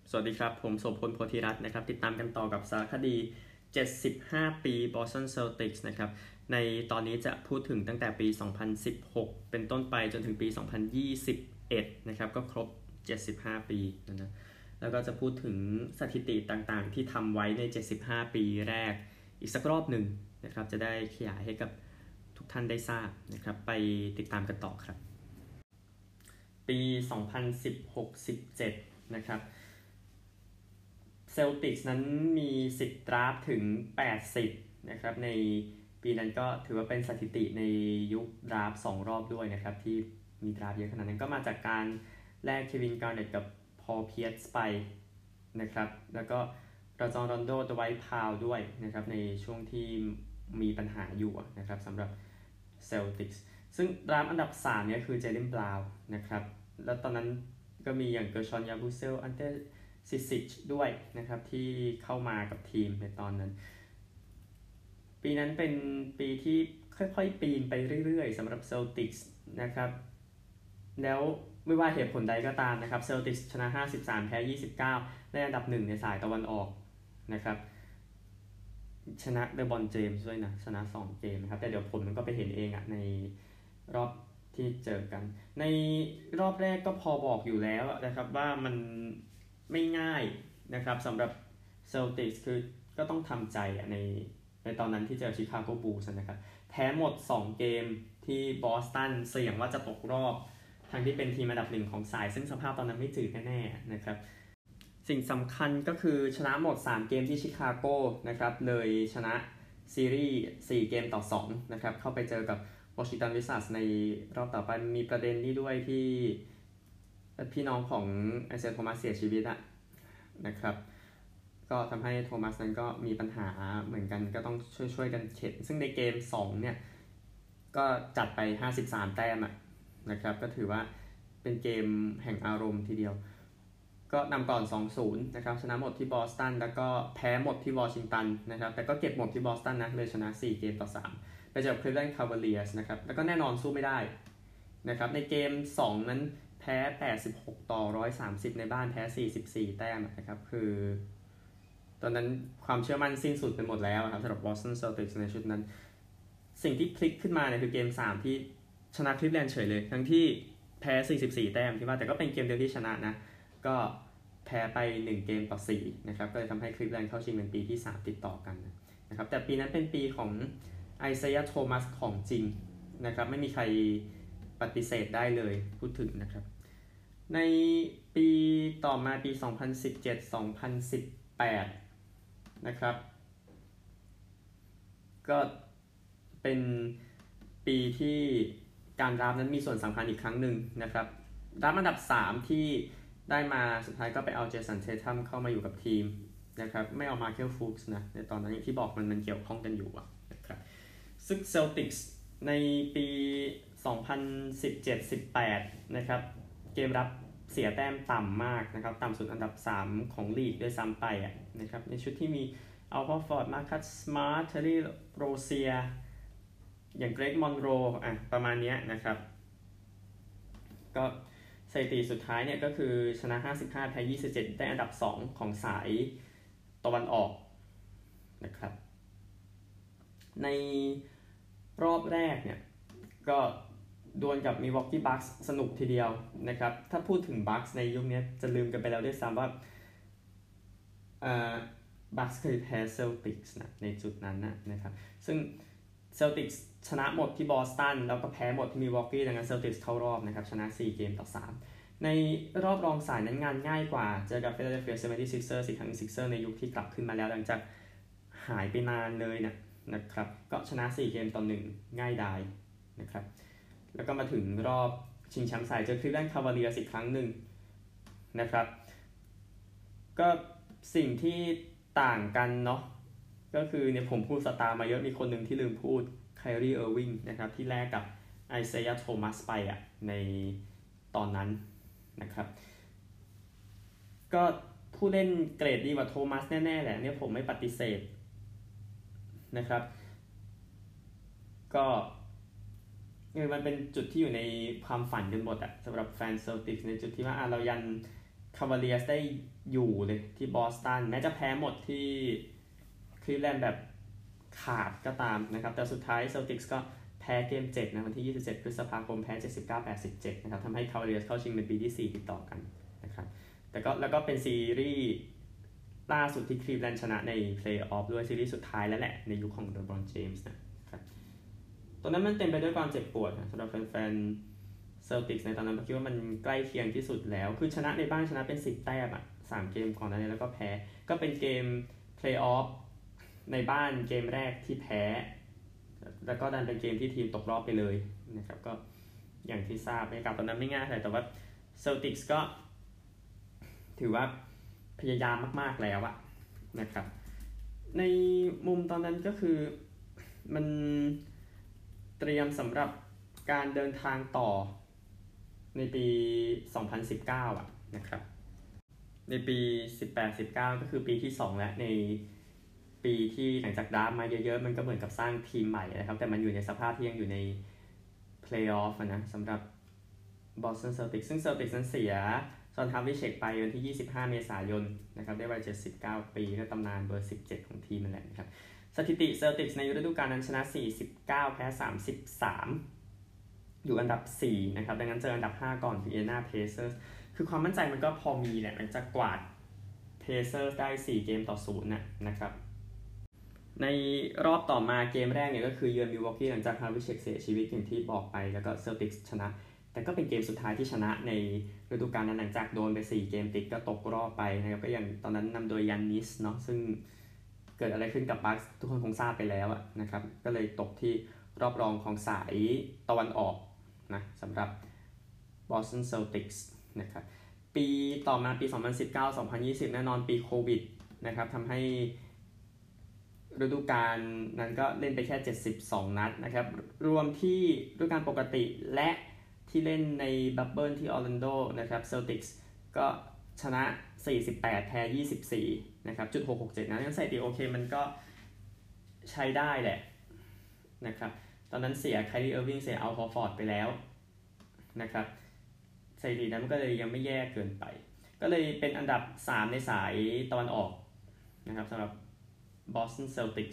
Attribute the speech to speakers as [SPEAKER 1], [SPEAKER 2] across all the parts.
[SPEAKER 1] สวัสดีครับผมโสพลโพธิรัตน์นะครับติดตามกันต่อกับสารคดี75ปี Boston Celtics นะครับในตอนนี้จะพูดถึงตั้งแต่ปี2016เป็นต้นไปจนถึงปี2021นะครับก็ครบ75ปีนะแล้วก็จะพูดถึงสถิติต่างๆที่ทำไว้ใน75ปีแรกอีกสักรอบหนึ่งนะครับจะได้ขยายให้กับทุกท่านได้ทราบนะครับไปติดตามกันต่อครับปี2016-17นะครับเซลติกส์นั้นมี10ดราฟถึง80นะครับในปีนั้นก็ถือว่าเป็นสถิติในยุคดราฟ2รอบด้วยนะครับที่มีดราฟเยอะขนาดนั้นก็มาจากการแลกเควินการ์เน็ตกับพอลเพียร์สไปนะครับแล้วก็ราจอนรอนโดดไวท์พาวด้วยนะครับในช่วงที่มีปัญหาอยู่นะครับสำหรับเซลติกส์ซึ่งดราฟอันดับ3เนี่ยคือเจเลนบราวน์นะครับแล้วตอนนั้นก็มีอย่างเกอร์ชอนยาบูเซลอันเตซิซิชด้วยนะครับที่เข้ามากับทีมในตอนนั้นปีนั้นเป็นปีที่ค่อยๆปีนไปเรื่อยๆสำหรับเซลติกส์นะครับแล้วไม่ว่าเหตุผลใดก็ตามนะครับเซลติกส์ชนะ53แพ้29ได้อันดับ1ในสายตะวันออกนะครับชนะเดอะบอลเจมส์ด้วยนะชนะ2เกมนะครับแต่เดี๋ยวผลมันก็ไปเห็นเองในรอบที่เจอกันในรอบแรกก็พอบอกอยู่แล้วนะครับว่ามันไม่ง่ายนะครับสำหรับเซลติกส์คือก็ต้องทำใจในตอนนั้นที่เจอชิคาโกบูลส์นะครับแพ้หมด2เกมที่บอสตันเสี่ยงว่าจะตกรอบทั้งที่เป็นทีมอันดับ1ของสายซึ่งสภาพตอนนั้นไม่จืดแน่ๆนะครับสิ่งสำคัญก็คือชนะหมด3เกมที่ชิคาโกนะครับเลยชนะซีรีส์4เกมต่อ2นะครับเข้าไปเจอกับวอชิงตันวิซาร์ดในรอบต่อไปมีประเด็นนี้ด้วยที่พี่น้องของไอเซลโทมัสเสียชีวิตนะครับก็ทำให้โทมัสนั้นก็มีปัญหาเหมือนกันก็ต้องช่วยกันเข็นซึ่งในเกม2เนี่ยก็จัดไป53แต้มนะครับก็ถือว่าเป็นเกมแห่งอารมณ์ทีเดียวก็นำก่อน 2-0 นะครับชนะหมดที่บอสตันแล้วก็แพ้หมดที่วอชิงตันนะครับแต่ก็เก็บหมดที่บอสตันนะเลยชนะ4เกมต่อ3ไปเจอคลิฟแลนด์คาวาเลียร์สนะครับแล้วก็แน่นอนสู้ไม่ได้นะครับในเกม2นั้นแพ้86-130ในบ้านแพ้44แต้มนะครับคือตอนนั้นความเชื่อมั่นสิ้นสุดไปหมดแล้วครับสำหรับ Boston Celtics ในชุดนั้นสิ่งที่พลิกขึ้นมาเนี่ยคือเกม3ที่ชนะคลิฟแลนด์เฉยเลยทั้งที่แพ้44แต้มที่ว่าแต่ก็เป็นเกมเดียวที่ชนะนะก็แพ้ไป1เกมต่อ4นะครับก็เลยทำให้คลิฟแลนด์เข้าชิงเป็นปีที่3ติดต่อกันนะครับแต่ปีนั้นเป็นปีของไอเซียโทมัสของจริงนะครับไม่มีใครปฏิเสธได้เลยพูดถึงนะครับในปีต่อมาปี2017-2018นะครับก็เป็นปีที่การดราฟนั้นมีส่วนสำคัญอีกครั้งหนึ่งนะครับดราฟอันดับ3ที่ได้มาสุดท้ายก็ไปเอาเจสันเททัมเข้ามาอยู่กับทีมนะครับไม่เอามาเคิลฟูกส์นะในตอนนั้นที่บอกมันเกี่ยวข้องกันอยู่นะครับซึ่งเซลติกส์ในปี2017-18นะครับเกมรับเสียแต้มต่ำมากนะครับต่ำสุดอันดับ3ของลีกด้วยซ้ำไปนะครับในชุดที่มีอัลพาฟอร์ดมาร์คัสสมาร์ทเทอร์รี่โรเซียอย่างเกรกมอนโรประมาณนี้นะครับก็สถิติสุดท้ายเนี่ยก็คือชนะ55แพ้27ได้อันดับ2ของสายตะวันออกนะครับในรอบแรกเนี่ยก็ดวลกับมิลวอกกี้บัคส์สนุกทีเดียวนะครับถ้าพูดถึงบัคส์ในยุคนี้จะลืมกันไปแล้วด้วยซ้ำว่าบัคส์เคยแพ้เซลติกส์ในจุดนั้นนะครับซึ่งเซลติกส์ชนะหมดที่บอสตันแล้วก็แพ้หมดที่มิลวอกกี้ดังนั้นเซลติกส์เข้ารอบนะครับชนะ4เกมต่อ3ในรอบรองสายนั้นงานง่ายกว่าเจอกับฟิลาเดลเฟีย 76ers อีกครั้งซิกเซอร์ในยุคที่กลับขึ้นมาแล้วหลังจากหายไปนานเลยนะครับก็ชนะ4เกมต่อ1ง่ายดายนะครับแล้วก็มาถึงรอบชิงแชมป์สายเจอคลิฟแลนด์คาวาเลียร์อีกครั้งหนึ่งนะครับก็สิ่งที่ต่างกันเนาะก็คือเนี่ยผมพูดสตาร์มาเยอะมีคนหนึ่งที่ลืมพูดไคลรี่เออร์วิงนะครับที่แลกกับไอเซียโทมัสไปในตอนนั้นนะครับก็ผู้เล่นเกรดดีกว่าโทมัสแน่ๆแหละเนี่ยผมไม่ปฏิเสธนะครับก็มันเป็นจุดที่อยู่ในความฝันกันหมดสำหรับแฟนเซลติกส์ในจุดที่ว่าเรายันคาวาเลียสได้อยู่เลยที่บอสตันแม้จะแพ้หมดที่คลีฟแลนด์แบบขาดก็ตามนะครับแต่สุดท้ายเซลติกส์ก็แพ้เกม7นะวันที่27พฤษภาคมแพ้79-87นะครับทำให้คาวาเลียสเข้าชิงเป็นปีที่4ติดต่อกันนะครับแล้วก็เป็นซีรีส์ล่าสุดที่คลีฟแลนด์ชนะในเพลย์ออฟด้วยซีรีส์สุดท้ายแล้วแหละในยุคของเลบรอนเจมส์นะครับตอนนั้นมันเต็มไปด้วยความเจ็บปวดนะสำหรับแฟนเซลติกส์ในตอนนั้นผมคิดว่ามันใกล้เคียงที่สุดแล้วคือชนะในบ้านชนะเป็น10 แต้มอ่ะ3เกมก่อนหน้านี้แล้วก็แพ้ก็เป็นเกมเพลย์ออฟในบ้านเกมแรกที่แพ้แล้วก็ดันเป็นเกมที่ทีมตกรอบไปเลยนะครับก็อย่างที่ทราบบรรยากาศตอนนั้นไม่ง่ายเลยแต่ว่าเซลติกส์ก็ถือว่าพยายามมากๆแล้วอะนะครับในมุมตอนนั้นก็คือมันเตรียมสำหรับการเดินทางต่อในปี 2019 อะนะครับในปี 18-19 ก็คือปีที่2แล้วในปีที่หลังจากดราฟมาเยอะๆมันก็เหมือนกับสร้างทีมใหม่นะครับแต่มันอยู่ในสภาพที่ยังอยู่ในเพลย์ออฟนะสำหรับบอสตันเซลติกซึ่งเซลติกนั้นเสียซอนทาวิเชกไปวันที่25 เมษายนนะครับได้วัย79 ปีก็ตำนานเบอร์17ของทีมนั่นแหละนะครับสถิติเซลติกในฤดูกาลนั้นชนะ49แพ้33อยู่อันดับ4นะครับดังนั้นเจออันดับ5ก่อนวิเอน่าเพเซอร์สคือความมั่นใจมันก็พอมีแหละหลังจากกวาดเพเซอร์สได้4เกมต่อ0นะครับในรอบต่อมาเกมแรกเนี่ยก็คือเยือนมิลวอกกี้หลังจากฮาวิเชกเสียชีวิตอย่างที่บอกไปแล้วก็เซลติกชนะแต่ก็เป็นเกมสุดท้ายที่ชนะในฤดูกาลนั้นหลังจากโดนไป4เกมติดก็ตกรอบไปนะครับก็อย่างตอนนั้นนำโดยยานนิสเนาะซึ่งเกิดอะไรขึ้นกับบัคส์ทุกคนคงทราบไปแล้วนะครับก็เลยตกที่รอบรองของสายตะวันออกนะสำหรับ Boston Celtics นะครับปีต่อมาปี 2019-2020 แน่นอนปีโควิดนะครับทำให้ฤดูกาลนั้นก็เล่นไปแค่72นัดนะครับรวมที่ฤดูกาลปกติและที่เล่นในบับเบิลที่ออร์แลนโดนะครับเซลติกส์ก็ชนะ48แพ้24นะครับ.667นะสถิติโอเคมันก็ใช้ได้แหละนะครับตอนนั้นเสียไคลี่เออร์วิงเสียอัลฮอร์ฟอร์ดไปแล้วนะครับสถิตินั้นมันก็เลยยังไม่แย่เกินไปก็เลยเป็นอันดับ3ในสายตะวันออกนะครับสำหรับBoston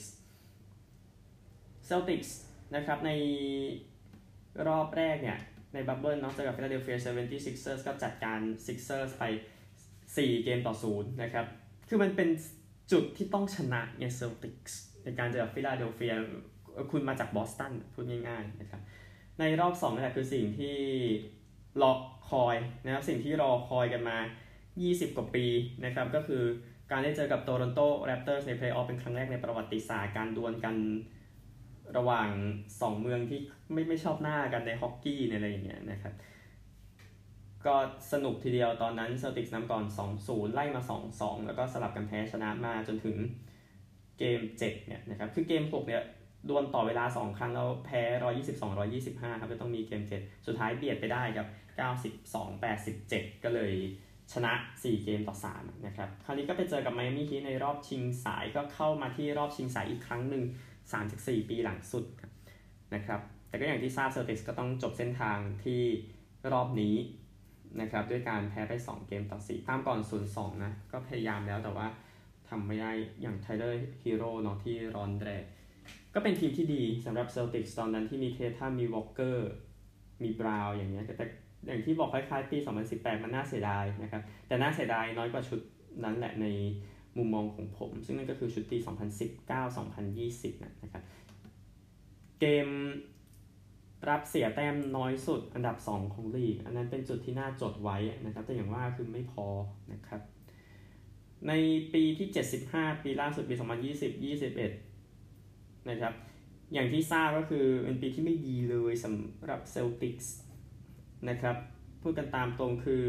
[SPEAKER 1] Celtics นะครับในรอบแรกเนี่ยในบับเบิ้ลเนาะเจอกับ Philadelphia 76ers ก็จัดการ Sixers ไป4เกมต่อ0นะครับคือมันเป็นจุดที่ต้องชนะเนี่ย Celtics ในการเจอกับ Philadelphia คุณมาจากบอสตันพูดง่ายๆนะครับในรอบ2นั่นแหละคือสิ่งที่รอคอยนะครับสิ่งที่รอคอยกันมา20 กว่าปีนะครับก็คือการได้เจอกับโตรอนโตแรปเตอร์สในเพลย์ออฟเป็นครั้งแรกในประวัติศาสตร์การดวลกันระหว่าง2เมืองที่ไม่ชอบหน้ากันในฮอกกี้ในอะไรอย่างเงี้ยนะครับก็สนุกทีเดียวตอนนั้นเซลติกส์นำก่อน 2-0 ไล่มา 2-2 แล้วก็สลับกันแพ้ชนะมาจนถึงเกม7เนี่ยนะครับคือเกม6เนี่ยดวลต่อเวลา2ครั้งแล้วแพ้122-125ครับจะต้องมีเกม7สุดท้ายเบียดไปได้กับ92-87ก็เลยชนะ4เกมต่อ3นะครับคราวนี้ก็ไปเจอกับไมอามี่ฮีทในรอบชิงสายก็เข้ามาที่รอบชิงสายอีกครั้งหนึ่ง3-4 ปีหลังสุดนะครับแต่ก็อย่างที่ทราบเซลติกส์ก็ต้องจบเส้นทางที่รอบนี้นะครับด้วยการแพ้ไป2เกมต่อ4ตามก่อน 0-2 นะก็พยายามแล้วแต่ว่าทำไม่ได้อย่างไทเลอร์ฮีโร่เนาะที่รอนแรกก็เป็นทีมที่ดีสำหรับเซลติกส์ตอนนั้นที่มีเททัมมีวอลเกอร์มีบราวน์อย่างเงี้ยแต่อย่างที่บอกคล้ายๆปี2018มันน่าเสียดายนะครับแต่น่าเสียดายน้อยกว่าชุดนั้นแหละในมุมมองของผมซึ่งนั่นก็คือชุดปี2019-2020นะครับเกมรับเสียแต้มน้อยสุดอันดับ2ของลีกอันนั้นเป็นจุดที่น่าจดไว้นะครับแต่อย่างว่าคือไม่พอนะครับในปีที่75ปีล่าสุดปี2020-21นะครับอย่างที่ทราบก็คือเป็นปีที่ไม่ดีเลยสำหรับเซลติกส์นะครับพูดกันตามตรงคือ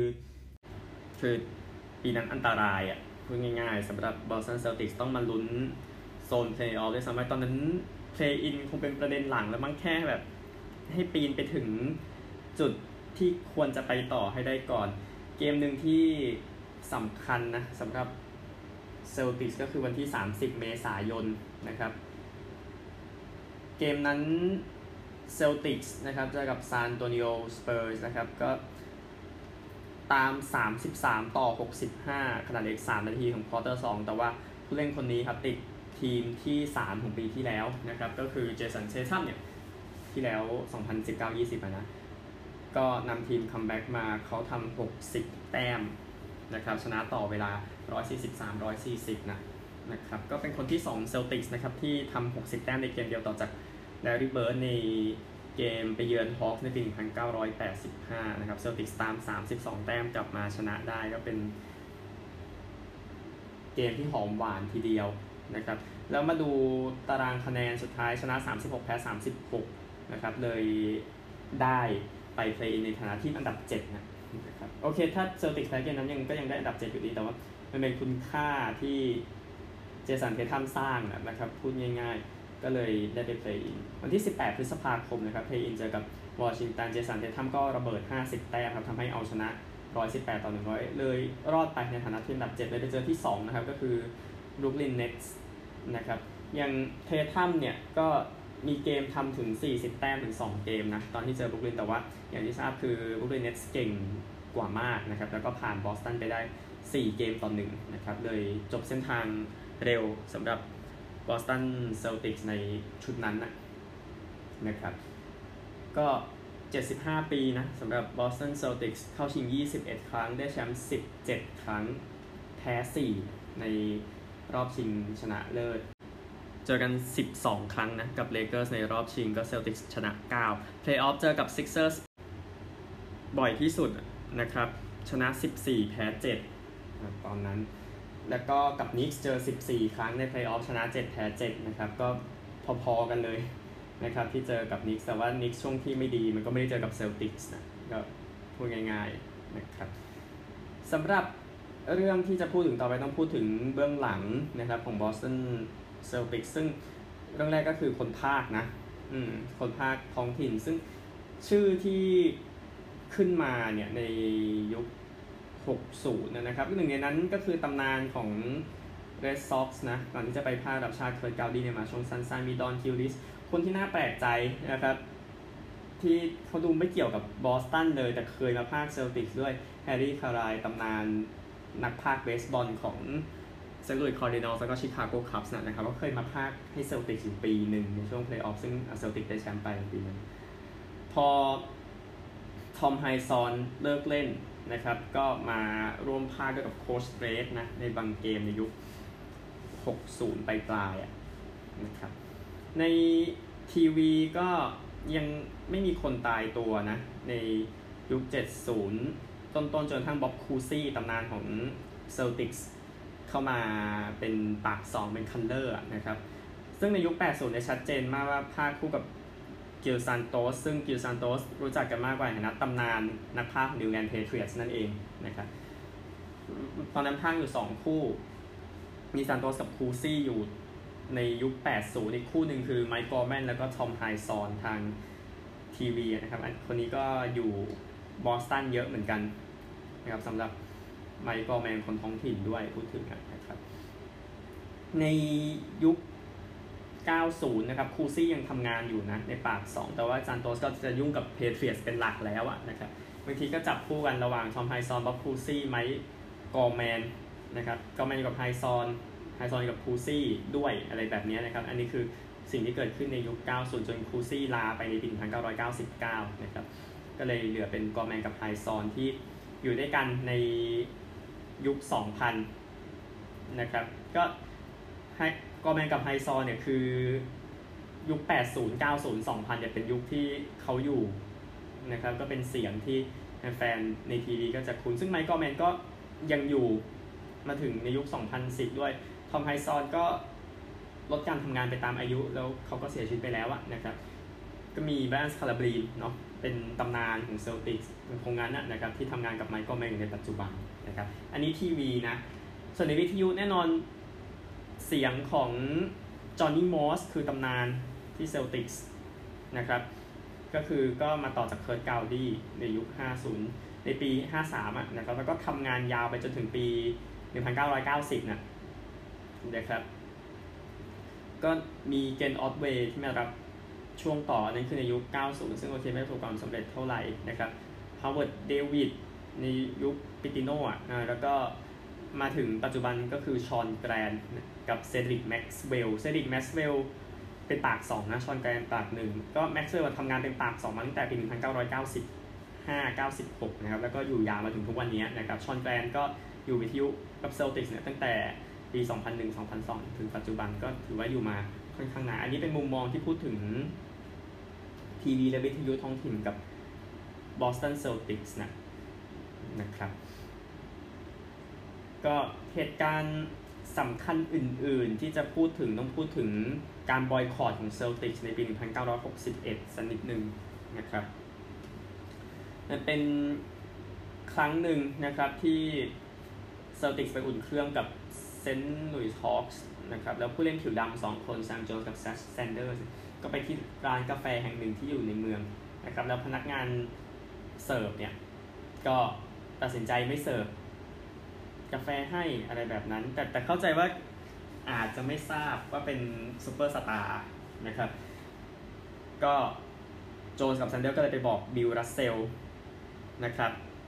[SPEAKER 1] ปีนั้นอันตรายพูดง่ายๆสำหรับ Boston Celtics ต้องมาลุ้นโซน Play-off ด้วยซ้ำไปตอนนั้น Play-in คงเป็นประเด็นหลังแล้วมั้งแค่แบบให้ปีนไปถึงจุดที่ควรจะไปต่อให้ได้ก่อนเกมหนึ่งที่สำคัญนะสำหรับ Celtics ก็คือวันที่30 เมษายนนะครับเกมนั้น Celtics นะครับเจอกับ San Antonio Spurs นะครับก็ตาม33-65ขณะเหลืออีก3นาทีของควอเตอร์2แต่ว่าผู้เล่นคนนี้ครับติดทีมที่3ของปีที่แล้วนะครับก็คือเจสันเซทัมเนี่ยที่แล้ว2019-20นะก็นำทีมคัมแบ็กมาเขาทำ60แต้มนะครับชนะต่อเวลา143-140นะครับก็เป็นคนที่2เซลติกส์นะครับที่ทำ60แต้มในเกมเดียวต่อจากแลรี่เบิร์ดในเกมไปเยือนฮอคส์ในปี1985นะครับเซลติกส์ตาม32แต้มกลับมาชนะได้ก็เป็นเกมที่หอมหวานทีเดียวนะครับแล้วมาดูตารางคะแนนสุดท้ายชนะ36แพ้36นะครับเลยได้ไปเพลย์ในฐานะที่อันดับ7นะครับโอเคถ้าเซลติกส์แพ้เกมนั้นก็ยังได้อันดับ7อยู่ดีแต่ว่ามันเป็นคุณค่าที่เจสันเททัมสร้างนะครับพูดง่ายๆก็เลยได้ไปเพลย์วันที่18พฤษภาคมนะครับเพลย์อินเจอกับวอชิงตันเจสันเททัมก็ระเบิด50แต้มครับทำให้เอาชนะ118-100เลยรอดไปในฐานะที่อันดับ7เลยไปเจอที่2นะครับก็คือบรูคลินเน็ตส์นะครับอย่างเททัมเนี่ยก็มีเกมทำถึง40แต้มถึง2เกมนะตอนที่เจอบรูคลินแต่ว่าอย่างที่ทราบคือบรูคลินเน็ตส์เก่งกว่ามากนะครับแล้วก็ผ่านบอสตันไปได้4เกมต่อ1นะครับเลยจบเส้นทางเร็วสำหรับบอสตันเซลติกส์ในชุดนั้นนะครับก็75ปีนะสำหรับ Boston Celtics เข้าชิง21ครั้งได้แชมป์17ครั้งแพ้4ในรอบชิงชนะเลิศเจอกัน12ครั้งนะกับ Lakers ในรอบชิงก็ Celtics ชนะ9 Playoff เจอกับ Sixers บ่อยที่สุดนะครับชนะ14แพ้7ตอนนั้นแล้วก็กับ Knicks เจอ14ครั้งใน Playoff ชนะ7แพ้7นะครับก็พอๆกันเลยนะครับที่เจอกับ Knicks แต่ว่า Knicks ช่วงที่ไม่ดีมันก็ไม่ได้เจอกับ Celtics นะก็พูดง่ายๆนะครับสำหรับเรื่องที่จะพูดถึงต่อไปต้องพูดถึงเบื้องหลังนะครับของ Boston Celtics ซึ่งเรื่องแรกก็คือคนพากย์นะคนพากย์ท้องถิ่นซึ่งชื่อที่ขึ้นมาเนี่ยในยุค60นะครับหนึ่งในนั้นก็คือตำนานของ Red Sox นะก่อนที่จะไปพากย์ระดับชาติเคิร์ต กาวดี้เนี่ยมาช่วงสั้นๆมีดอนคิลลิสคนที่น่าแปลกใจนะครับที่เขาดูไม่เกี่ยวกับบอสตันเลยแต่เคยมาพากย์เซลติกส์ด้วยแฮร์รี่คารายตำนานนักพากย์เบสบอลของเซนต์หลุยส์คาร์ดินัลส์แล้วก็ชิคาโกคัพส์นะครับก็เคยมาพากย์ให้เซลติกส์อยู่ปีหนึ่งในช่วงเพลย์ออฟซึ่งเซลติกส์ได้แชมป์ไปในปีนั้นพอทอมไฮซอนเลิกเล่นนะครับก็มาร่วมพากย์ด้วยกับโค้ชเรดนะในบางเกมในยุค60ปลายนะครับในทีวีก็ยังไม่มีคนตายตัวนะในยุค70ต้นๆจนทั้งบ๊อบคูซี่ตำนานของเซลติกส์เข้ามาเป็นปาก2เป็นคัลเลอร์นะครับซึ่งในยุค80เนี่ยชัดเจนมากว่าพากย์คู่กับกิลซันโตสซึ่งกิลซันโตสรู้จักกันมากกว่าในตำนานนักพากย์ของนิวแลนด์เพเทรียตส์นั่นเองนะครับตอนนั้นพากย์อยู่2คู่มีซันโตสกับคูซี่อยู่ในยุค80อีกคู่หนึ่งคือไมค์ กอร์แมนแล้วก็ทอมไฮซอนทางทีวีนะครับคนนี้ก็อยู่บอสตันเยอะเหมือนกันนะครับสำหรับไมค์ กอร์แมนคนท้องถิ่นด้วยพูดถึงนะครับในยุค90นะครับคูซี่ยังทำงานอยู่นะในปาก2แต่ว่าซันโตสก็จะยุ่งกับเพเทรียตส์เป็นหลักแล้วนะครับบางทีก็จับคู่กันระหว่างทอมไฮซอนบ๊อบคูซี่ไมค์ กอร์แมนนะครับกอร์แมนกับไฮซอนกับคูซี่ด้วยอะไรแบบนี้นะครับอันนี้คือสิ่งที่เกิดขึ้นในยุค90จนคูซี่ลาไปในปี1999นะครับก็เลยเหลือเป็นกอร์แมนกับไฮซอนที่อยู่ด้วยกันในยุค2000นะครับก็ให้กอร์แมนกับไฮซอนเนี่ยคือยุค80 90 2000เนี่ยเป็นยุคที่เขาอยู่นะครับก็เป็นเสียงที่แฟนในทีวีก็จะคุ้นซึ่งไมค์ กอร์แมนก็ยังอยู่มาถึงในยุค2010ด้วยทอมไฮซอนก็ลดการทำงานไปตามอายุแล้วเขาก็เสียชีวิตไปแล้วนะครับก็มีแบรนด์คาราบรีนเนาะเป็นตำนานของเซลติกส์คงงั้นนะครับที่ทำงานกับไมค์ กอร์แมนในปัจจุบันนะครับอันนี้ทีวีนะส่วนในวิทยุแน่นอนเสียงของจอห์นนี่มอสคือตำนานที่เซลติกส์นะครับก็มาต่อจากเคิร์ต กาวดี้ในยุค50ในปี53นะครับแล้วก็ทำงานยาวไปจนถึงปี1990นะครับก็มีเกน ออตเวย์ที่มารับช่วงต่อนั้นคือในยุค90ซึ่งโอเคไม่ประสบความสำเร็จเท่าไหร่นะครับฮาวเวิร์ด เดวิดในยุคปิติโน่แล้วก็มาถึงปัจจุบันก็คือชอนแกรนกับเซดริกแม็กซ์เวลเป็นปาก2นะชอนแกรนปาก1ก็แม็กซ์เวลทำงานเป็นปาก2มาตั้งแต่ปี1995-96นะครับแล้วก็อยู่ยาวมาถึงทุกวันนี้นะครับชอนแกรนก็อยู่วิทยุกับเซลติกส์เนี่ยตั้งแต่ปี 2001-2002 ถึงปัจจุบันก็ถือว่าอยู่มาค่อนข้างนานอันนี้เป็นมุมมองที่พูดถึงทีวีและวิทยุท้องถิ่นกับบอสตันเซลติกส์นะครับก็เหตุการณ์สำคัญอื่นๆที่จะพูดถึงต้องพูดถึงการบอยคอตของเซลติกส์ในปี 1961 สักนิดนึงนะครับมันเป็นครั้งหนึ่งนะครับที่เซลติกส์ไปอุ่นเครื่องกับเซนต์หลุยส์ฮอคส์นะครับแล้วผู้เล่นผิวดำ2คนแซมโจนส์กับแซนเดอร์สก็ไปที่ร้านกาแฟแห่งหนึ่งที่อยู่ในเมืองนะครับแล้วพนักงานเสิร์ฟเนี่ยก็ตัดสินใจไม่เสิร์ฟกาแฟให้อะไรแบบนั้นแต่เข้าใจว่าอาจจะไม่ทราบว่าเป็นซูเปอร์สตาร์นะครับก็โจนส์กับแซนเดอร์ก็เลยไปบอกบิลรัสเซลนะครับ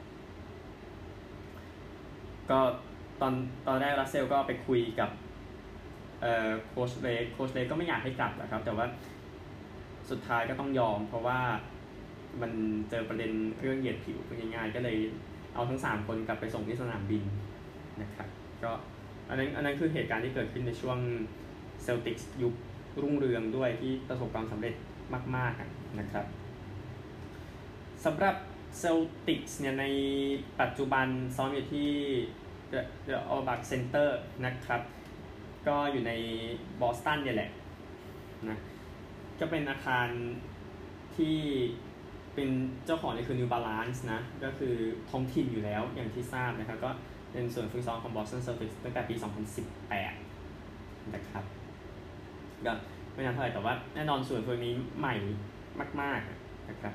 [SPEAKER 1] ก็ตอนแรกรัสเซลก็ไปคุยกับโค้ชเลก็ไม่อยากให้กลับนะครับแต่ว่าสุดท้ายก็ต้องยอมเพราะว่ามันเจอประเด็นเรื่องเหยียดผิวง่ายๆก็เลยเอาทั้ง3คนกลับไปส่งที่สนามบินนะครับก็อันนั้นคือเหตุการณ์ที่เกิดขึ้นในช่วงเซลติกส์ยุครุ่งเรืองด้วยที่ประสบความสำเร็จมากๆนะครับสำหรับเซลติกส์เนี่ยในปัจจุบันซ้อมอยู่ที่ The Allback Center นะครับก็อยู่ในบอสตันเนี่ยแหละนะก็เป็นอาคารที่เป็นเจ้าของนี่คือ New Balance นะก็คือท้องถิ่นอยู่แล้วอย่างที่ทราบนะครับก็เป็นส่วนฝึกซ้อมของ Boston Celtics ตั้งแต่ปี 2018 นะครับก็ไม่นานเท่าไหร่แต่ว่าแน่นอนส่วนตัวนี้ใหม่มากๆนะครับ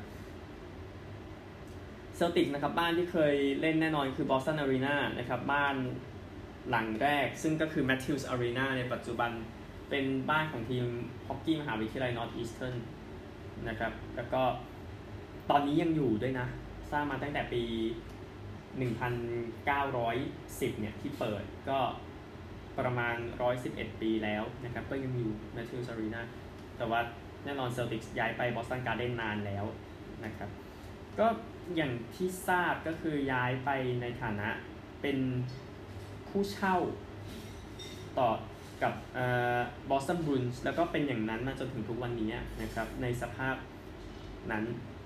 [SPEAKER 1] เซลติกนะครับบ้านที่เคยเล่นแน่นอนคือ Boston Arena นะครับบ้านหลังแรกซึ่งก็คือ Matthews Arena ในปัจจุบันเป็นบ้านของทีมฮอกกี้มหาวิทยาลัย Northeastern นะครับแล้วก็ตอนนี้ยังอยู่ด้วยนะสร้างมาตั้งแต่ปี 1910 เนี่ยที่เปิดก็ประมาณ111 ปีแล้วนะครับก็ยังอยู่ Matthews Arena แต่ว่าแน่นอน Celtics ย้ายไป Boston Garden นานแล้วนะครับก็อย่างที่ทราบก็คือย้ายไปในฐานะเป็นผู้เช่าต่อกับบอสตันบรูนส์แล้วก็เป็นอย่างนั้นมาจนถึงทุกวันนี้นะครับในสภาพนั้น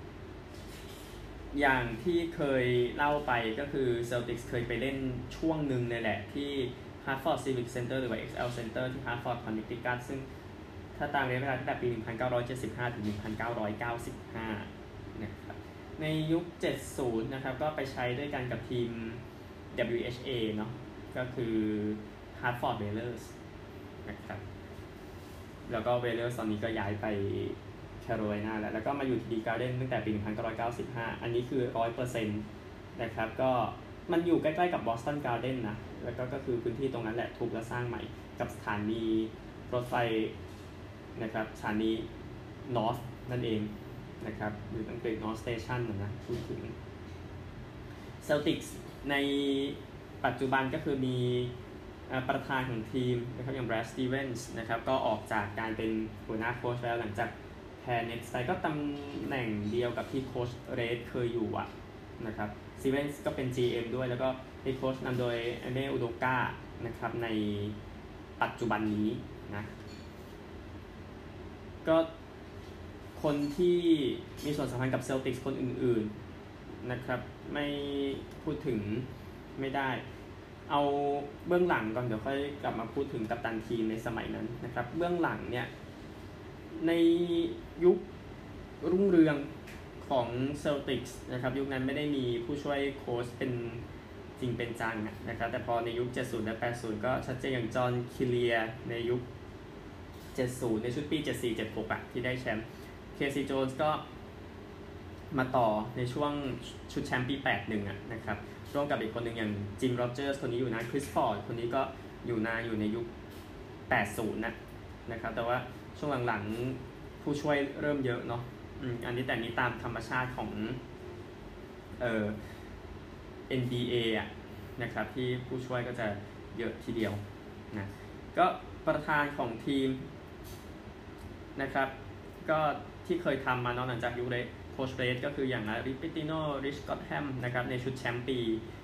[SPEAKER 1] อย่างที่เคยเล่าไปก็คือ Celtics เคยไปเล่นช่วงหนึ่งเลยแหละที่ Hartford Civic Center หรือว่า XL Center ที่ Hartford Connecticut ซึ่งถ้าตามระยะเวลาตั้งแต่ปี 1975 ถึง 1995 นะครับในยุค 70 นะครับก็ไปใช้ด้วยกันกับทีม WHA เนาะก็คือ Hartford Whalers นะครับแล้วก็ Whalers ตอนนี้ก็ย้ายไปแคโรไลนาแล้วก็มาอยู่ที่ดีการ์เด้นตั้งแต่ปี 1995 อันนี้คือ 100% นะครับก็มันอยู่ใกล้ๆกับบอสตันการ์เด้นนะแล้วก็คือพื้นที่ตรงนั้นแหละถูกและสร้างใหม่กับสถานีรถไฟนะครับสถานี North นั่นเองนะครับหรืออังกฤษ North Station นะพูดถึง Celtics ในปัจจุบันก็คือมีประธานของทีมนะครับอย่าง Brad Stevens นะครับก็ออกจากการเป็นหัวหน้าโค้ชแล้วหลังจากแพนเน็ตสไตล์ก็ตำแหน่งเดียวกับที่โค้ชเรดเคยอยู่นะครับซีเวนส์ก็เป็น GM ด้วยแล้วก็เป็นโค้ชนำโดยเอเมอุโดกานะครับในปัจจุบันนี้นะก็คนที่มีส่วนสำคัญกับเซลติกส์คนอื่นๆนะครับไม่พูดถึงไม่ได้เอาเบื้องหลังก่อนเดี๋ยวค่อยกลับมาพูดถึงกัปตันทีมในสมัยนั้นนะครับเบื้องหลังเนี่ยในยุครุ่งเรืองของ Celtics นะครับยุคนั้นไม่ได้มีผู้ช่วยโค้ชเป็นจริงเป็นจังนะครับแต่พอในยุค 70 และ 80 ก็ชัดเจนอย่างจอห์นคิเลียในยุค 70 ในชุดปี 74-76 ที่ได้แชมป์เคซีโจนส์ก็มาต่อในช่วงชุดแชมป์ปี 81 นะครับร่วมกับอีกคนหนึ่งอย่างจิมโรเจอร์สคนนี้อยู่นานคริสฟอร์ดคนนี้ก็อยู่นานอยู่ในยุค 80 นะครับแต่ว่าช่วงหลังๆผู้ช่วยเริ่มเยอะเนาะอันนี้แต่นี้ตามธรรมชาติของ NBA อ่ะนะครับที่ผู้ช่วยก็จะเยอะทีเดียวนะก็ประธานของทีมนะครับก็ที่เคยทำมานอกจากยุคโค้ชเรสก็คืออย่างริปปิติโนริชก็อตแฮมนะครับในชุดแชมป์ปี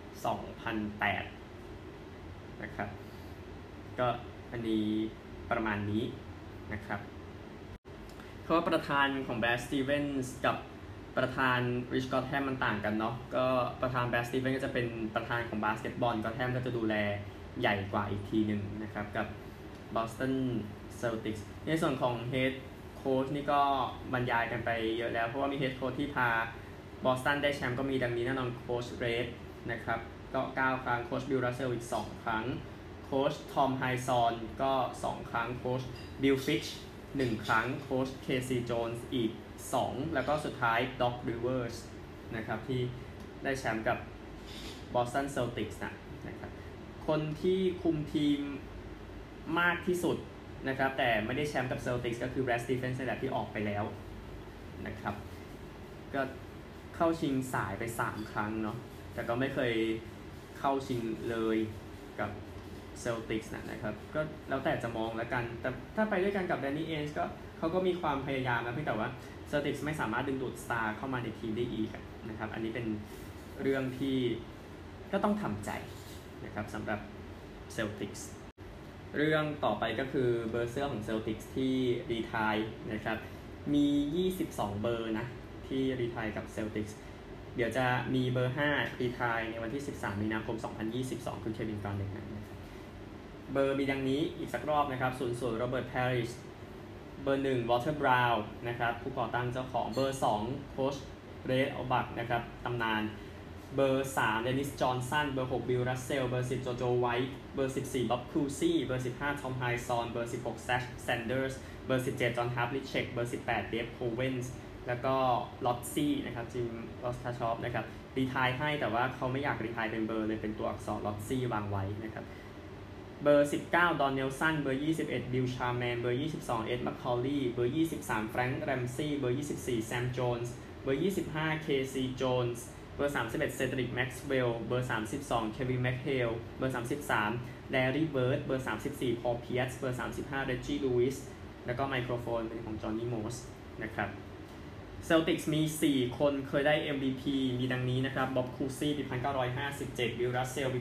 [SPEAKER 1] 2008 นะครับก็อันนี้ประมาณนี้นะครับเพราะว่าประธานของแบรดสตีเวนส์กับประธานริชก็อตแฮมมันต่างกันเนาะก็ประธานแบรดสตีเวนส์ก็จะเป็นประธานของบาสเกตบอลก็อตแฮมก็จะดูแลใหญ่กว่าอีกทีหนึ่งนะครับกับบอสตันเซลติกส์ในส่วนของเฮดโค้ชนี่ก็บรรยายกันไปเยอะแล้วเพราะว่ามีเฮดโค้ชที่พาบอสตันได้แชมป์ก็มีดังนี้แน่นอนโค้ชเรดนะครับก็9 ครั้งโค้ชบิลรัสเซลอีก2 ครั้งโค้ชทอมไฮซอนก็2 ครั้งโค้ชบิลฟิช1 ครั้งโค้ชเคซีโจนส์อีก2แล้วก็สุดท้ายด็อกริเวอร์สนะครับที่ได้แชมป์กับบอสตันเซลติกส์นะครับคนที่คุมทีมมากที่สุดนะครับแต่ไม่ได้แชมป์กับเซลติกส์ก็คือแบรด สตีเฟนส์ที่ออกไปแล้วนะครับก็เข้าชิงสายไป3 ครั้งเนาะแต่ก็ไม่เคยเข้าชิงเลยกับเซลติกส์นะครับก็แล้วแต่จะมองแล้วกันแต่ถ้าไปด้วยกันกับแดนนี่เอน์ก็เขาก็มีความพยายามนะเพียงแต่ว่าเซลติกส์ไม่สามารถดึงดูดสตาร์เข้ามาในทีมได้อีกนะครับอันนี้เป็นเรื่องที่ก็ต้องทำใจนะครับสำหรับเซลติกส์เรื่องต่อไปก็คือเบอร์เสื้อของเซลติกส์ที่รีไทร์นะครับมี22 เบอร์นะที่รีไทร์กับเซลติกส์เดี๋ยวจะมีเบอร์5รีไทร์ในวันที่13 มีนาคม 2022คือเควิน การ์เน็ตนะครับเบอร์มีดังนี้อีกสักรอบนะครับ00โรเบิร์ต แพรริชเบอร์1วอลเตอร์ บราวน์นะครับผู้ก่อตั้งเจ้าของเบอร์2โค้ชเรด อัลบักนะครับตำนานเบอร์3เดนิส จอห์นสันเบอร์6บิล รัสเซลเบอร์10โจโจ ไวท์เบอร์14บ๊อบ ครูซี่เบอร์15ทอม ไฮซอนเบอร์16แซช แซนเดอร์สเบอร์17จอห์น ฮาร์ปลิเชกเบอร์18เดฟ โคเวนส์แล้วก็ลอตซี่นะครับจิม ลอสทาชอฟนะครับรีไทร์ให้แต่ว่าเขาไม่อยากรีไทร์เป็นเบอร์เลยเป็นตัวอักษรลอตซี่วางไว้นะครับเบอร์19ดอน เนลสันเบอร์21บิล ชาร์แมนเบอร์22เอ็ด มัคคอลลีเบอร์23แฟรงค์ แรมซี่เบอร์24แซม โจนส์เบอร์25เคซีโจนส์เบอร์31เซดริก แม็กซ์เวลล์เบอร์32เควิน แมคเฮลเบอร์33แลรี่ เบิร์ดเบอร์34พอล เพียร์สเบอร์35เรจจี้ ลูอิสแล้วก็ไมโครโฟนเป็นของจอห์นนี่ โมสนะครับเซลติกส์มี4 คนเคยได้ MVP มีดังนี้นะครับบ๊อบ คูซี่ ปี 1957 บิล รัสเซล ปี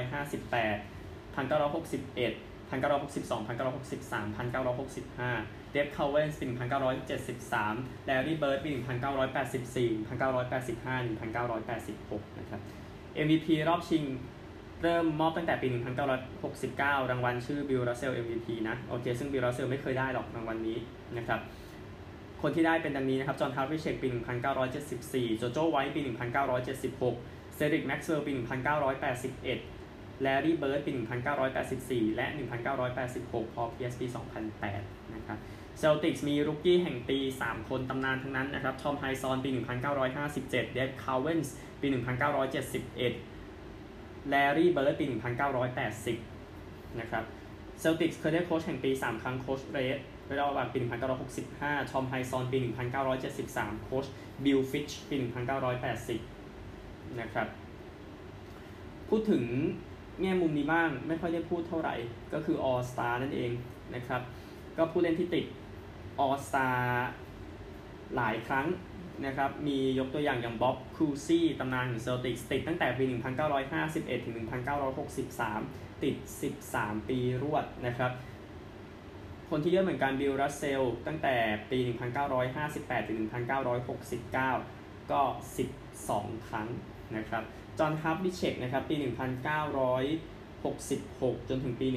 [SPEAKER 1] 1958 1961 1962 1963 1965 เดฟ คาเวนส์ ปี 1973 แลรี่ เบิร์ด ปี 1984 1985 1986 นะครับ MVP รอบชิงเริ่มมอบตั้งแต่ปี 1969 รางวัลชื่อบิล รัสเซล MVP นะโอเคซึ่งบิล รัสเซลไม่เคยได้หรอกรางวัลนี้นะครับคนที่ได้เป็นดังนี้นะครับจอห์น ฮาร์วิเชก ปี 1974 โจโจ ไวท์ ปี 1976 เซดริก แม็กซ์เวลล์ ปี 1981 แลรี่ เบิร์ด ปี 1984 และ 1986 พอล เพียร์ส ปี 2008 นะครับเซลติกส์มีรุกกี้แห่งปี 3 คนตำนานทั้งนั้นนะครับทอม ไฮซอน ปี 1957 เดฟ คาเวนส์ ปี 1971 แลรี่ เบิร์ด ปี 1980 นะครับเซลติกส์เคยได้โค้ชแห่งปี 3 ครั้งโค้ชเรดระหว่างปี 1965 ทอม ไฮซอน ปี 1973 โค้ชบิล ฟิช ปี 1980 นะครับพูดถึงแง่มุมนี้บ้างไม่ค่อยได้พูดเท่าไหร่ก็คือ All Star นั่นเองนะครับก็ผู้เล่นที่ติด All Star หลายครั้งนะครับมียกตัวอย่างบ๊อบ ครูซี่ตำนานของเซลติกส์ติดตั้งแต่ปี 1951 ถึง 1963 ติด 13 ปีรวดนะครับคนที่เยอะเหมือนกันบิล รัสเซลตั้งแต่ปี 1958 ถึง 1969 ก็ 12 ครั้งนะครับจอห์น ฮาร์ปลิเชกนะครับปี 1966 จนถึงปี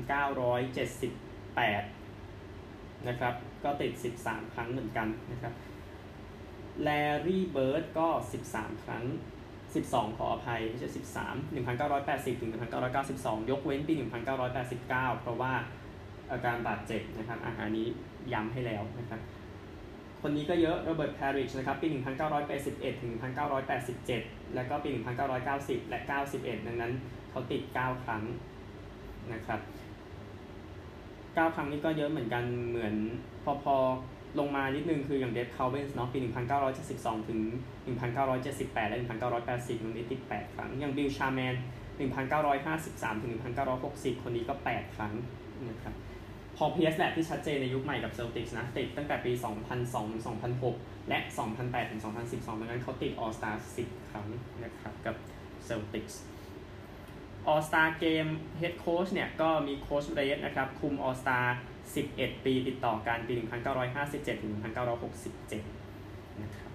[SPEAKER 1] 1978 นะครับก็ติด 13 ครั้งเหมือนกันนะครับแลรี่ เบิร์ดก็ 13 ครั้ง 12 ขออภัยไม่ใช่13 1980 ถึง 1992 ยกเว้นปี 1989 เพราะว่าอาการบาดเจ็บนะครับอันนี้ย้ำให้แล้วนะครับคนนี้ก็เยอะโรเบิร์ต แพรริชนะครับปี 1981 ถึง 1987 แล้วก็ปี 1990 และ 91 ดังนั้นเขาติด 9 ครั้งนะครับ 9 ครั้งนี้ก็เยอะเหมือนกันเหมือนพอลงมานิดนึงคืออย่างเดฟคาร์เวนส์เนาะปี1972ถึง1978และ1980มันนี้ติด8ครั้งอย่างบิลชาแมน1953ถึง1960คนนี้ก็8ครั้งนะครับพอเพียสแหละที่ชัดเจนในยุคใหม่กับเซลติกส์นะติดตั้งแต่ปี2002ถึง2006และ2008ถึง2012ดังนั้นเขาติดออลสตาร์10ครั้งนะครับกับเซลติกส์ออลสตาร์เกมเฮดโค้ชเนี่ยก็มีโค้ชเรดนะครับคุมออลสตาร์11ปีติดต่อกันปี1957ถึง1967นะครับ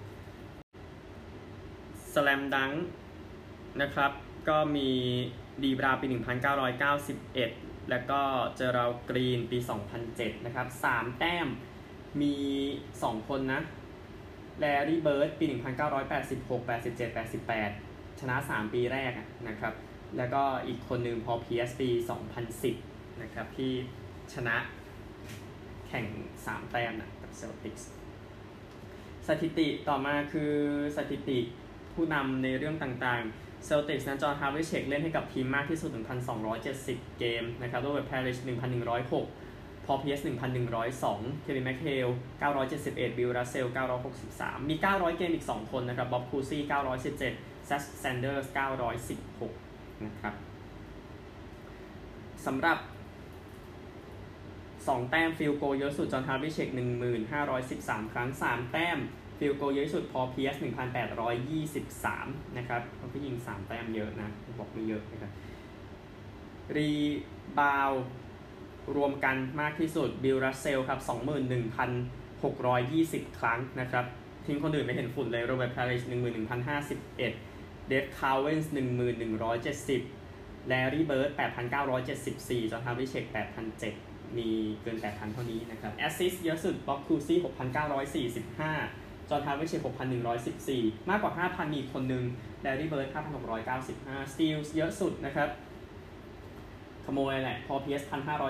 [SPEAKER 1] สแลมดังค์นะครับก็มีดีบราปี1991แล้วก็เจอราลกรีนปี2007นะครับ3แต้มมี 2 คนนะแลรี่เบิร์ดปี1986 87 88ชนะ3ปีแรกนะครับแล้วก็อีกคนหนึ่งพอเพียสปี2010นะครับที่ชนะแข่ง3แต้มนะกับเซลติกส์สถิติต่อมาคือสถิติผู้นำในเรื่องต่างๆเซลติกส์นั้นจอห์น ฮาร์เวย์เชคเล่นให้กับทีมมากที่สุด 1,270 เกมนะครับโรเบิร์ต แพริช 1,106 พอล เพียส 1,102 เควิน แมคเฮล 971 บิล รัสเซล 963 มี 900 เกมอีก 2 คนนะครับบ๊อบ คูซี่ 917 แซช แซนเดอร์ส 916 นะครับสำหรับ2แต้มฟิลโกเยอะสุดจอห์น ฮาร์เวย์เชค 1513 ครั้ง3แต้มฟิลโกเยอะสุดพอเพียส 1823 นะครับเขาก็ยิง3แต้มเยอะนะบอกไม่เยอะนะครับรีบาวรวมกันมากที่สุดบิล รัสเซลครับ 21,620 ครั้งนะครับทิ้งคนอื่นไม่เห็นฝุ่นเลยโรเบิร์ต แพริช 11,051 เดฟ คาร์เวนส์ 1170 แลรี่เบิร์ด 8,974 จอห์น ฮาร์เวย์เชค 8,007 มีเกิน 8,000 เท่านี้นะครับแอสซิสต์เยอะสุดบ๊อบ คูซี่ 6,945 จอห์น ฮาร์เวย์เชค 6,114 มากกว่า 5,000 มีคนหนึ่งแลรี่เบิร์ด 5,695 สตีลส์เยอะสุดนะครับขโมยแหละพอเพียส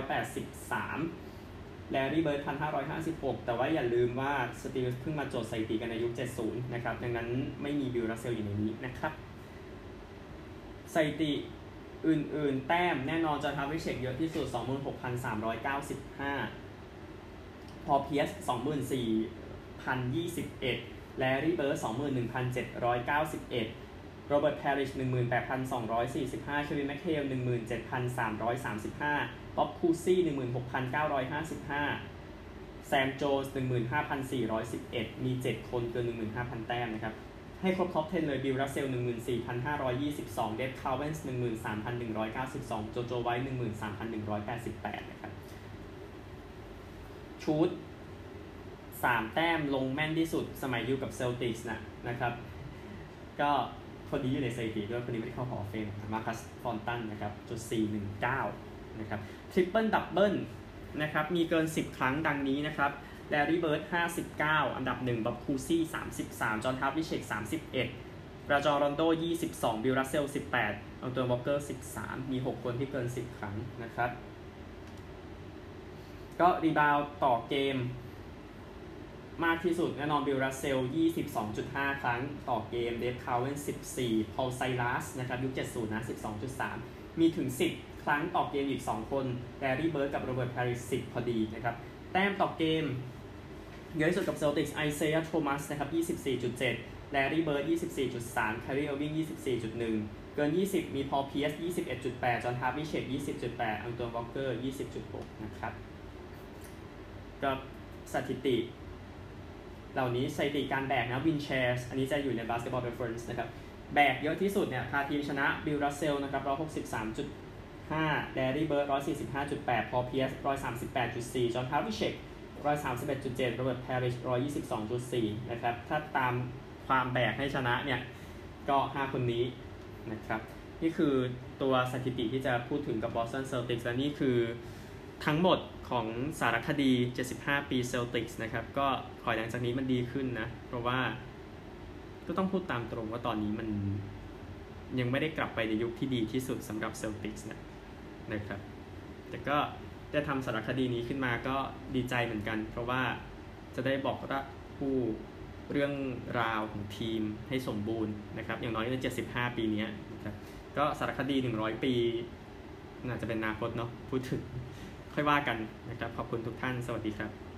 [SPEAKER 1] 1,583 แลรี่เบิร์ด 1,556 แต่ว่าอย่าลืมว่าสตีลส์เพิ่งมาโจทย์สถิติกันในยุค 70 นะครับดังนั้นไม่มีบิล รัสเซลอยู่ในนี้นะครับสถิติอื่นๆแต้มแน่นอนจอห์น ฮาร์เวย์เชคเยอะที่สุด 26,395 พอเพียส 24,021 แลรี่เบิร์ด 21,791 โรเบิร์ต แพริช 18,245 เควิน แมคเฮล 17,335 บ๊อบ คูซี่ 16,955 แซม โจนส์ 15,411 มี 7 คนเกิน 15,000 แต้มนะครับให้ครบท็อป 10 เลยบิล รัสเซล 14,522 เดฟ คาร์เวนส์ 13,192 โจโจ ไวท์ 13,188 นะครับชูต3แต้มลงแม่นที่สุดสมัยอยู่กับเซลติกส์นะครับก็คนนี้อยู่ในสถิติด้วยคนนี้ไม่ได้เข้าหอเฟมมาคัส ฟอนตันนะครับ.419 นะครับทริปเปิลดับเบิลนะครับมีเกิน10ครั้งดังนี้นะครับแลรี่เบิร์ด59อันดับ1บ๊อบ คูซี่33จอห์น ฮาร์เวย์เชค31ราจอร์ รอนโด22บิล รัสเซล18อัลตัน วอลเกอร์13มี6คนที่เกิน10ครั้งนะครับก็รีบาวด์ต่อเกมมากที่สุดแน่นอนบิล รัสเซล 22.5 ครั้งต่อเกมเดฟ คาร์เวน14พอล ไซลัสนะครับยุค 70 นะ 12.3 มีถึง10ครั้งต่อเกมอีก2คนแลรี่เบิร์ดกับโรเบิร์ต แพริช10พอดีนะครับแต้มต่อเกมเยอะที่สุดกับเซลติกส์ไอเซีย โทมัสนะครับ 24.7 แลรี่เบิร์ด 24.3 แคร์รี เอลวิง 24.1 เกิน 20 มีพอล เพียส 21.8 จอห์น ฮาร์เวย์เชค 20.8 อัลตัน วอลเกอร์ 20.6 นะครับก็สถิติเหล่านี้สถิติการแบกนะวินแชร์อันนี้จะอยู่ใน Basketball Reference นะครับแบกเยอะที่สุดเนี่ยพาทีมชนะบิล รัสเซลนะครับ163.5 แลรี่เบิร์ด 145.8 พอล เพียส 138.4 จอห์น ฮาร์เวย์เชค 131.7 โรเบิร์ต แพริช 122.4 นะครับถ้าตามความแบกให้ชนะเนี่ยก็5คนนี้นะครับนี่คือตัวสถิติที่จะพูดถึงกับ Boston Celtics และนี่คือทั้งหมดของสารคดี75ปี Celtics นะครับก็ขอหลังจากนี้มันดีขึ้นนะเพราะว่าก็ต้องพูดตามตรงว่าตอนนี้มันยังไม่ได้กลับไปในยุคที่ดีที่สุดสำหรับ Celtics นะครับแต่ก็ได้ทำสารคดีนี้ขึ้นมาก็ดีใจเหมือนกันเพราะว่าจะได้บอกผู้เรื่องราวของทีมให้สมบูรณ์นะครับอย่างน้อยใน75ปีนี้นะครับก็สารคดี100ปีน่าจะเป็นอนาคตเนาะพูดถึงค่อยว่ากันนะครับขอบคุณทุกท่านสวัสดีครับ